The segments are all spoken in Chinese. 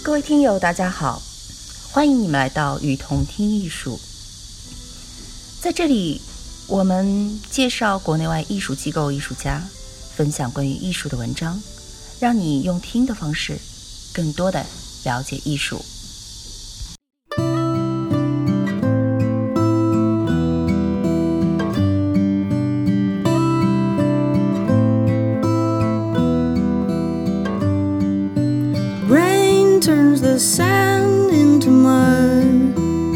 各位听友大家好，欢迎你们来到雨桐听艺术。在这里我们介绍国内外艺术机构艺术家，分享关于艺术的文章，让你用听的方式更多的了解艺术。 Turns the sand into mud.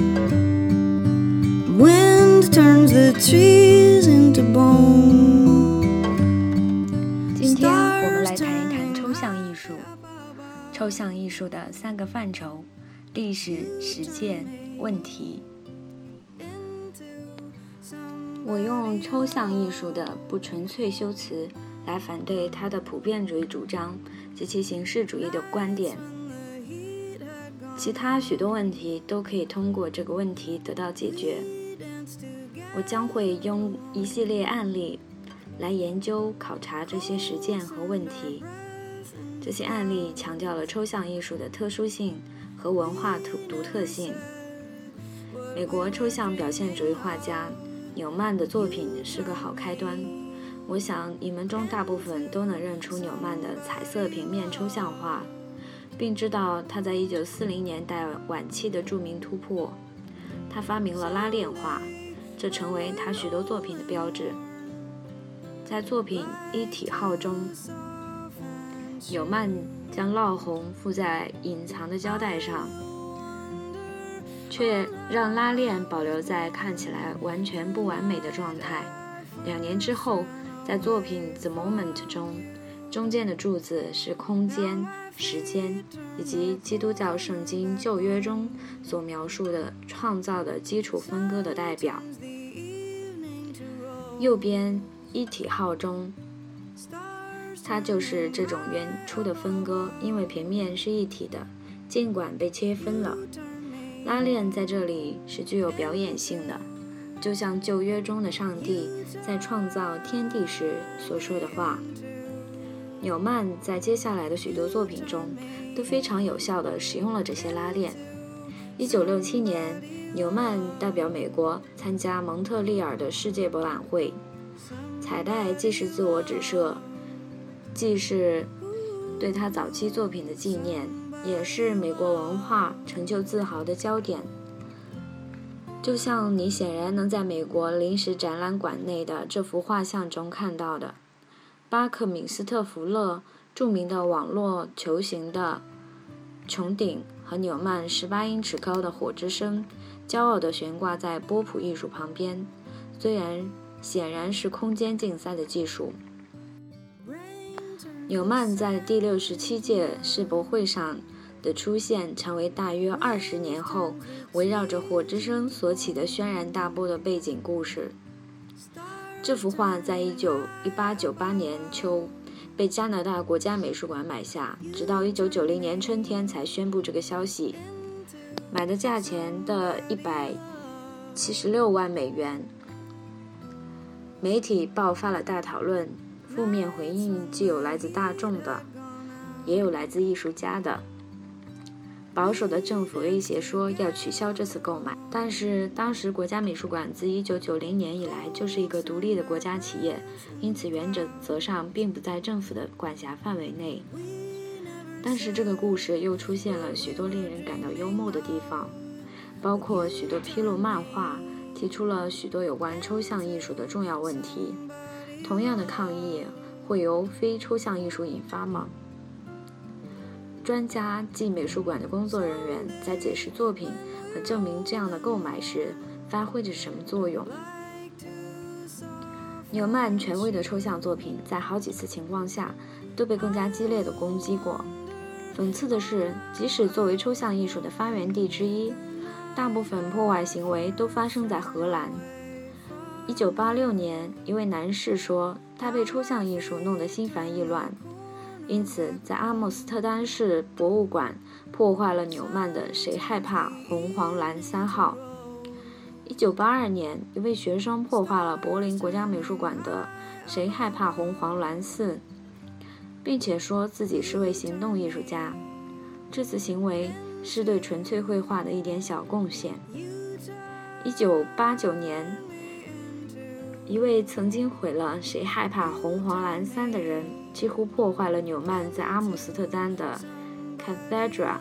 Wind turns the trees into bone. 今天我们来谈一谈抽象艺术。抽象艺术的3个范畴：历史、实践、问题。我用抽象艺术的不纯粹修辞来反对它的普遍主义主张及其形式主义的观点。其他许多问题都可以通过这个问题得到解决。我将会用一系列案例来研究考察这些实践和问题。这些案例强调了抽象艺术的特殊性和文化独特性。美国抽象表现主义画家纽曼的作品是个好开端。我想你们中大部分都能认出纽曼的彩色平面抽象画，并知道他在1940年代晚期的著名突破。他发明了拉链画，这成为他许多作品的标志。在作品《一体号》中，纽曼将烙红附在隐藏的胶带上，却让拉链保留在看起来完全不完美的状态。2年之后，在作品《The Moment》中，中间的柱子是空间、时间以及基督教圣经旧约中所描述的创造的基础分割的代表。右边一体号中，它就是这种原初的分割，因为平面是一体的，尽管被切分了。拉链在这里是具有表演性的，就像旧约中的上帝在创造天地时所说的话。纽曼在接下来的许多作品中都非常有效地使用了这些拉链。1967年，纽曼代表美国参加蒙特利尔的世界博览会。彩带既是自我指涉，既是对他早期作品的纪念，也是美国文化成就自豪的焦点。就像你显然能在美国临时展览馆内的这幅画像中看到的，巴克敏斯特福勒著名的网络球形的穹顶和纽曼18英尺高的火之声骄傲地悬挂在波普艺术旁边，虽然显然是空间竞赛的技术。纽曼在第67届世博会上的出现，成为大约20年后围绕着火之声所起的轩然大波的背景故事。这幅画在1898年秋被加拿大国家美术馆买下，直到1990年春天才宣布这个消息。买的价钱的176万美元。媒体爆发了大讨论，负面回应既有来自大众的，也有来自艺术家的。保守的政府威胁说要取消这次购买，但是当时国家美术馆自1990年以来就是一个独立的国家企业，因此原则上并不在政府的管辖范围内。但是这个故事又出现了许多令人感到幽默的地方，包括许多披露漫画提出了许多有关抽象艺术的重要问题。同样的抗议会由非抽象艺术引发吗？专家及美术馆的工作人员在解释作品和证明这样的购买时发挥着什么作用？纽曼权威的抽象作品在好几次情况下都被更加激烈地攻击过。讽刺的是，即使作为抽象艺术的发源地之一，大部分破坏行为都发生在荷兰。1986年，一位男士说他被抽象艺术弄得心烦意乱，因此在阿姆斯特丹市博物馆破坏了纽曼的《谁害怕红黄蓝3号》。1982年，一位学生破坏了柏林国家美术馆的《谁害怕红黄蓝4》，并且说自己是位行动艺术家。 这次行为是对纯粹绘画的一点小贡献。1989年，一位曾经毁了《谁害怕红黄蓝三》的人，几乎破坏了纽曼在阿姆斯特丹的 Cathedra。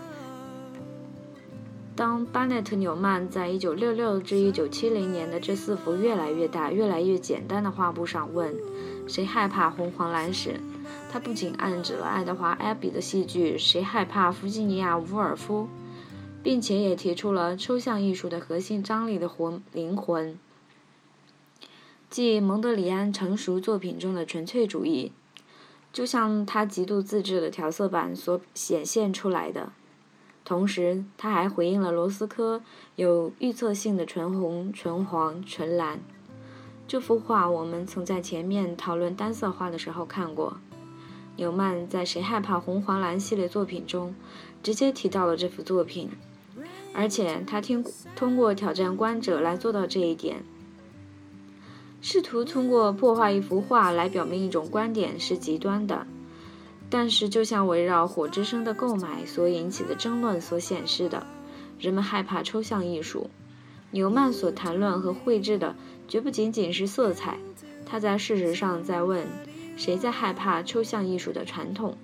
当巴内特·纽曼在1966至1970年的这4幅越来越大、越来越简单的画布上问谁害怕红黄蓝时，他不仅暗指了爱德华·艾比的戏剧《谁害怕弗吉尼亚·伍尔夫》，并且也提出了抽象艺术的核心张力的灵魂，即蒙德里安成熟作品中的纯粹主义，就像他极度自制的调色板所显现出来的。同时，他还回应了罗斯科有预测性的纯红、纯黄、纯蓝。这幅画我们曾在前面讨论单色画的时候看过。纽曼在《谁害怕红黄蓝》系列作品中直接提到了这幅作品，而且他通过挑战观者来做到这一点。试图通过破坏一幅画来表明一种观点是极端的，但是就像围绕《火之声》的购买所引起的争论所显示的，人们害怕抽象艺术。纽曼所谈论和绘制的绝不仅仅是色彩，他在事实上在问谁在害怕抽象艺术的传统。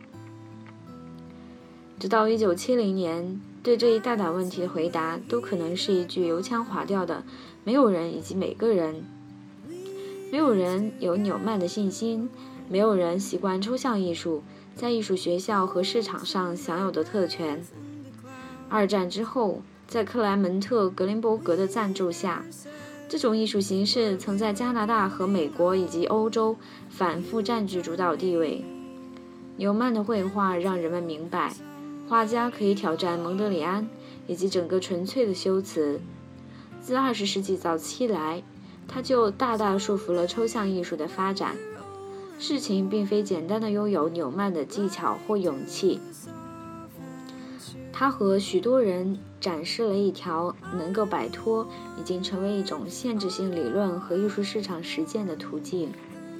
直到1970年，对这一大胆问题的回答都可能是一句油腔滑调的没有人以及每个人。没有人有纽曼的信心，没有人习惯抽象艺术在艺术学校和市场上享有的特权。2战之后，在克莱门特·格林伯格的赞助下，这种艺术形式曾在加拿大和美国以及欧洲反复占据主导地位。纽曼的绘画让人们明白，画家可以挑战蒙德里安以及整个纯粹的修辞。自20世纪早期来，他就大大束缚了抽象艺术的发展。事情并非简单的拥有纽曼的技巧或勇气，他和许多人展示了一条能够摆脱已经成为一种限制性理论和艺术市场实践的途径。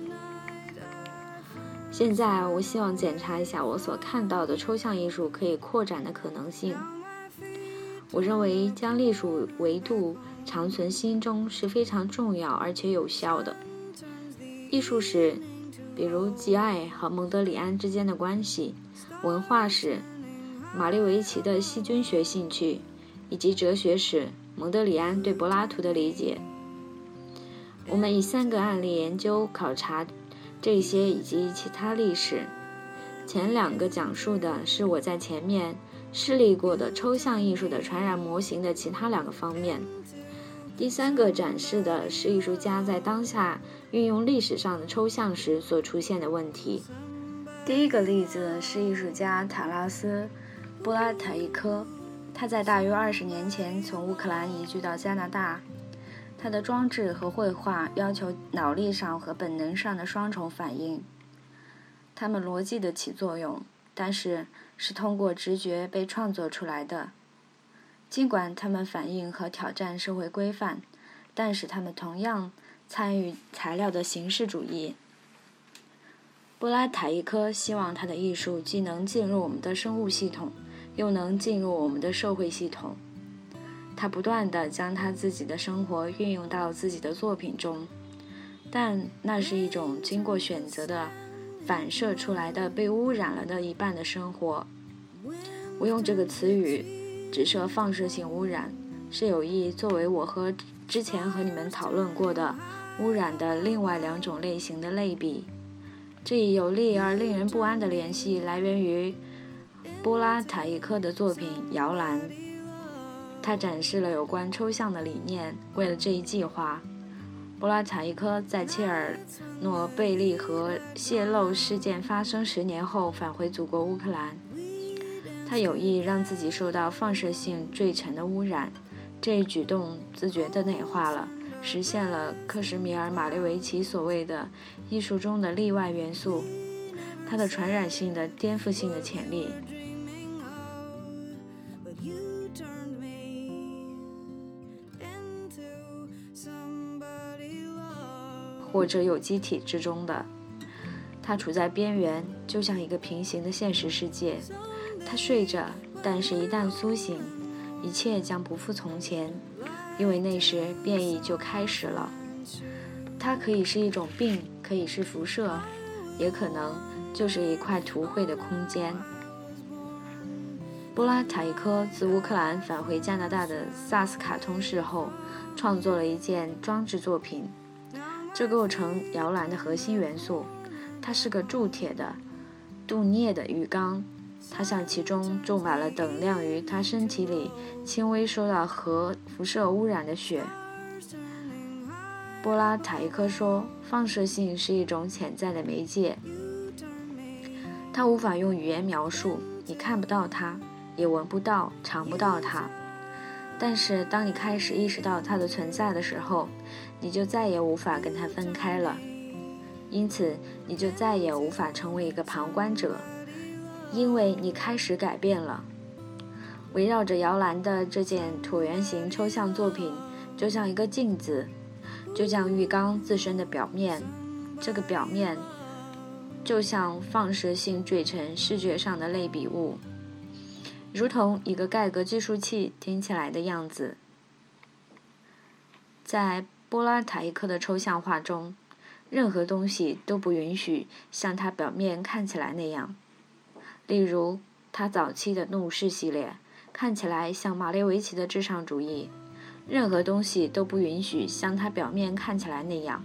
现在我希望检查一下我所看到的抽象艺术可以扩展的可能性。我认为将历史维度长存心中是非常重要而且有效的。艺术史，比如吉艾和蒙德里安之间的关系；文化史，马利维奇的细菌学兴趣；以及哲学史，蒙德里安对柏拉图的理解。我们以3个案例研究考察这些以及其他历史。前2个讲述的是我在前面示例过的抽象艺术的传染模型的其他2个方面。第3个展示的是艺术家在当下运用历史上的抽象时所出现的问题。第1个例子是艺术家塔拉斯·布拉塔伊科，他在大约20年前从乌克兰移居到加拿大。他的装置和绘画要求脑力上和本能上的双重反应，他们逻辑的起作用，但是是通过直觉被创作出来的。尽管他们反映和挑战社会规范，但是他们同样参与材料的形式主义。布拉塔伊科希望他的艺术既能进入我们的生物系统，又能进入我们的社会系统。他不断地将他自己的生活运用到自己的作品中，但那是一种经过选择的反射出来的被污染了的一半的生活。我用这个词语指涉放射性污染，是有意作为我之前和你们讨论过的污染的另外2种类型的类比。这一有力而令人不安的联系来源于波拉塔伊科的作品《摇篮》。他展示了有关抽象的理念。为了这一计划，波拉塔伊科在切尔诺贝利核泄漏事件发生10年后返回祖国乌克兰。他有意让自己受到放射性坠尘的污染，这一举动自觉地内化了，实现了克什米尔·马列维奇所谓的艺术中的例外元素，它的传染性的颠覆性的潜力。或者有机体之中的，它处在边缘，就像一个平行的现实世界。它睡着， 但是一旦苏醒，一切将不复从前，因为那时变异就开始了。它可以是一种病，可以是辐射，也可能就是一块涂绘的空间。波拉塔伊科自乌克兰返回加拿大的萨斯卡通市后，创作了一件装置作品，这构成摇篮的核心元素。它是个铸铁的镀镍的浴缸，它向其中注满了等量于它身体里轻微受到核辐射污染的血。波拉塔伊科说，放射性是一种潜在的媒介，它无法用语言描述，你看不到它，也闻不到、尝不到它。但是当你开始意识到它的存在的时候，你就再也无法跟它分开了。因此，你就再也无法成为一个旁观者，因为你开始改变了。围绕着摇篮的这件椭圆形抽象作品，就像一个镜子，就像浴缸自身的表面，这个表面就像放射性坠成视觉上的类比物，如同一个盖革计数器听起来的样子。在波拉塔伊科的抽象画中，任何东西都不允许像它表面看起来那样。例如，他早期的怒视系列看起来像马列维奇的至上主义，任何东西都不允许像它表面看起来那样。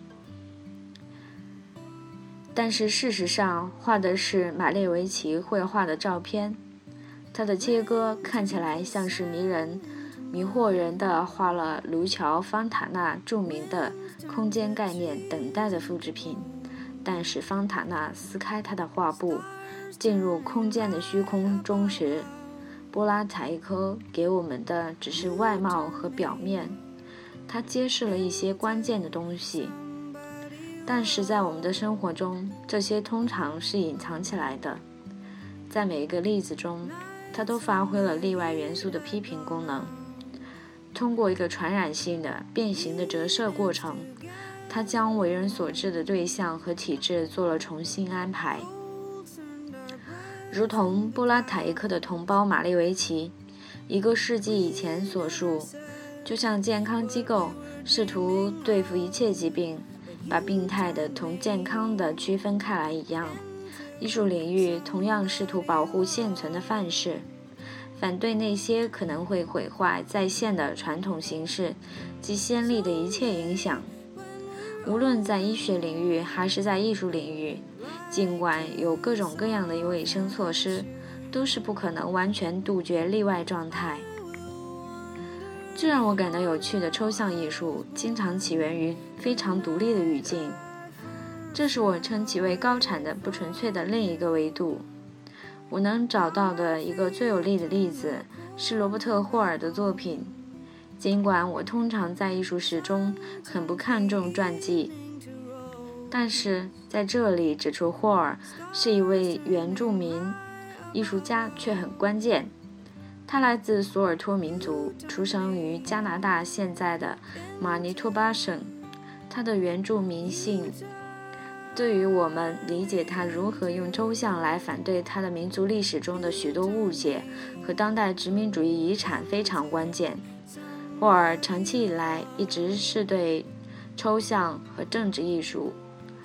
但是事实上，画的是马列维奇绘画的照片，它的切割看起来像是迷惑人的画了卢乔·方塔纳著名的空间概念等待的复制品。但是方塔纳撕开他的画布，进入空间的虚空中时，波拉塔伊科给我们的只是外貌和表面，他揭示了一些关键的东西。但是在我们的生活中，这些通常是隐藏起来的。在每一个例子中，它都发挥了例外元素的批评功能。通过一个传染性的变形的折射过程，它将为人所知的对象和体制做了重新安排。如同波拉塔伊科的同胞马列维奇1个世纪以前所述，就像健康机构试图对付一切疾病，把病态的同健康的区分开来一样，艺术领域同样试图保护现存的范式，反对那些可能会毁坏在现的传统形式及先例的一切影响。无论在医学领域还是在艺术领域，尽管有各种各样的卫生措施，都是不可能完全杜绝例外状态。最让我感到有趣的抽象艺术经常起源于非常独立的语境，这是我称其为高产的不纯粹的另一个维度。我能找到的一个最有力的例子是罗伯特·霍尔的作品。尽管我通常在艺术史中很不看重传记，但是在这里指出霍尔是一位原住民艺术家却很关键。他来自索尔托民族，出生于加拿大现在的马尼托巴省。他的原住民性对于我们理解他如何用抽象来反对他的民族历史中的许多误解和当代殖民主义遗产非常关键。霍尔长期以来一直是对抽象和政治艺术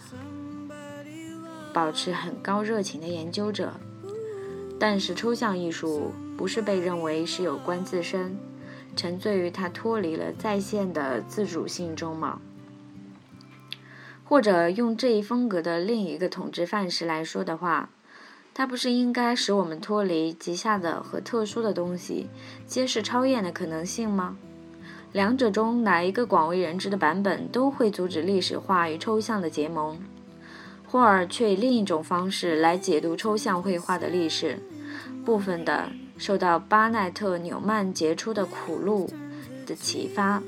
保持很高热情的研究者，但是抽象艺术不是被认为是有关自身，沉醉于它脱离了在线的自主性中吗？或者用这一风格的另一个统治范式来说的话，它不是应该使我们脱离极下的和特殊的东西，揭示超验的可能性吗？两者中哪一个广为人知的版本都会阻止历史化与抽象的结盟。霍尔却以另一种方式来解读抽象绘画的历史，部分的受到巴奈特·纽曼杰出的苦路的启发。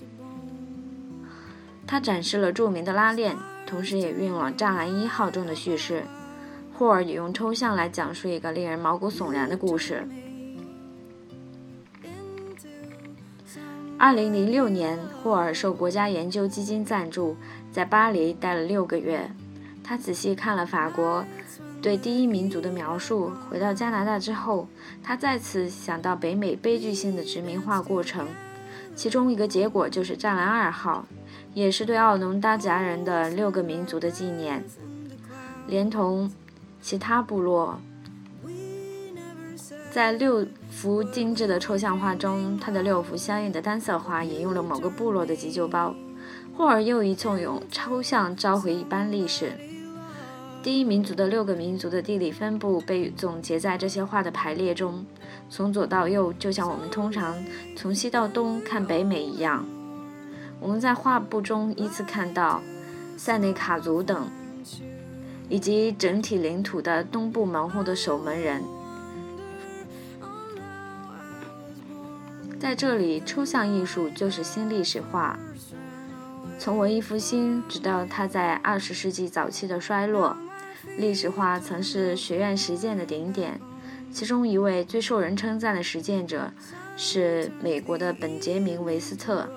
他展示了著名的拉链，同时也运用了栅栏1号中的叙事。霍尔也用抽象来讲述一个令人毛骨悚然的故事。2006年，霍尔受国家研究基金赞助，在巴黎待了6个月。他仔细看了法国对第一民族的描述。回到加拿大之后，他再次想到北美悲剧性的殖民化过程，其中一个结果就是湛蓝2号，也是对奥农达夹人的6个民族的纪念，连同其他部落。在6幅精致的抽象画中，他的6幅相应的单色画引用了某个部落的急救包。霍尔又以纵用抽象召回一般历史。第一民族的6个民族的地理分布被总结在这些画的排列中，从左到右，就像我们通常从西到东看北美一样。我们在画布中依次看到塞内卡族等，以及整体领土的东部门户的守门人。在这里，抽象艺术就是新历史化。从文艺复兴直到它在20世纪早期的衰落，历史化曾是学院实践的顶点。其中一位最受人称赞的实践者是美国的本杰明·维斯特。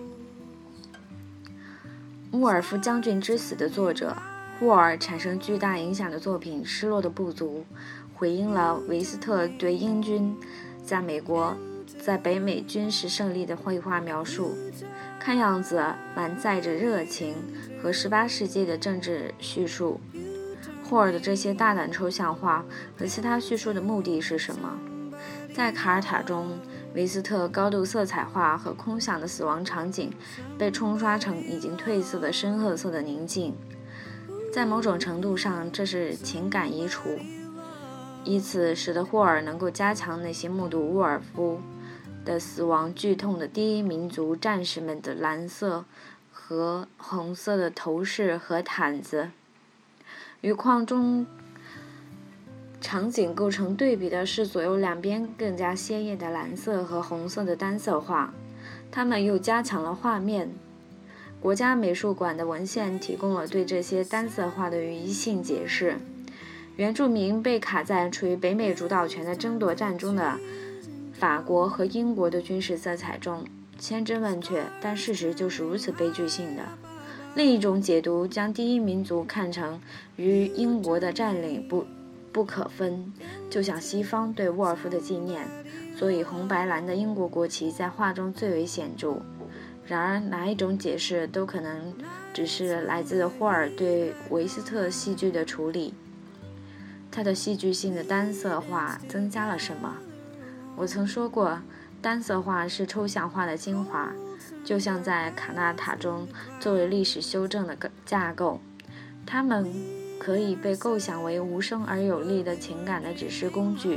沃尔夫将军之死的作者霍尔产生巨大影响的作品《失落的部族》回应了维斯特对英军在北美军事胜利的绘画描述，看样子满载着热情和18世纪的政治叙述。霍尔的这些大胆抽象画和其他叙述的目的是什么？在卡尔塔中，维斯特高度色彩化和空想的死亡场景被冲刷成已经褪色的深褐色的宁静。在某种程度上，这是情感移除，以此使得霍尔能够加强那些目睹沃尔夫的死亡剧痛的第一民族战士们的蓝色和红色的头饰和毯子。与框中场景构成对比的是左右两边更加鲜艳的蓝色和红色的单色画，它们又加强了画面。国家美术馆的文献提供了对这些单色画的语义性解释。原住民被卡在处于北美主导权的争夺战中的法国和英国的军事色彩中，千真万确，但事实就是如此悲剧性的。另一种解读将第一民族看成与英国的占领不可分，就像西方对沃尔夫的纪念，所以红白蓝的英国国旗在画中最为显著。然而哪一种解释都可能只是来自霍尔对维斯特戏剧的处理。他的戏剧性的单色画增加了什么？我曾说过，单色画是抽象画的精华，就像在卡纳塔中作为历史修正的架构，它们可以被构想为无声而有力的情感的指示工具。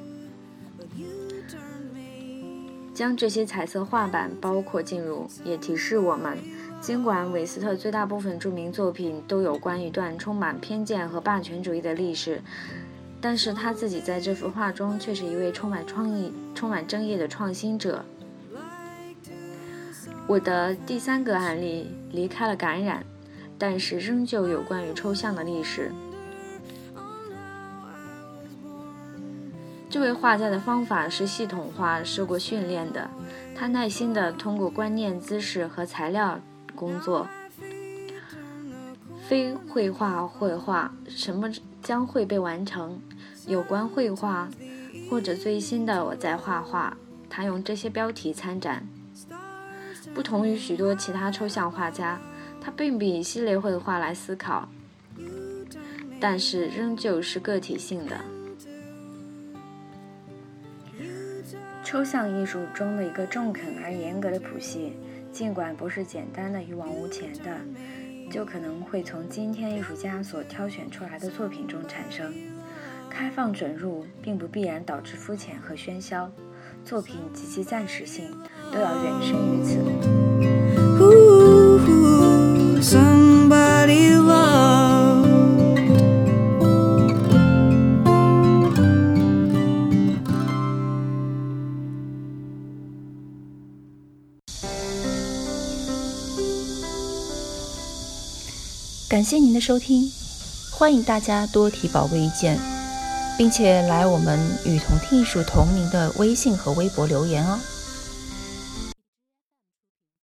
将这些彩色画板包括进入，也提示我们，尽管韦斯特最大部分著名作品都有关一段充满偏见和霸权主义的历史，但是他自己在这幅画中却是一位充满创意、充满争议的创新者。我的第3个案例离开了感染，但是仍旧有关于抽象的历史。这位画家的方法是系统化、受过训练的，他耐心地通过观念、姿势和材料工作。非绘画什么将会被完成？有关绘画或者最新的我在画画，他用这些标题参展。不同于许多其他抽象画家，他并不以系列绘画来思考，但是仍旧是个体性的。抽象艺术中的一个中肯而严格的谱系，尽管不是简单的一往无前的，就可能会从今天艺术家所挑选出来的作品中产生。开放准入并不必然导致肤浅和喧嚣，作品及其暂时性都要远胜于此。 Somebody loved. 感谢您的收听，欢迎大家多提宝贵意见，并且来我们与同听艺术同名的微信和微博留言哦。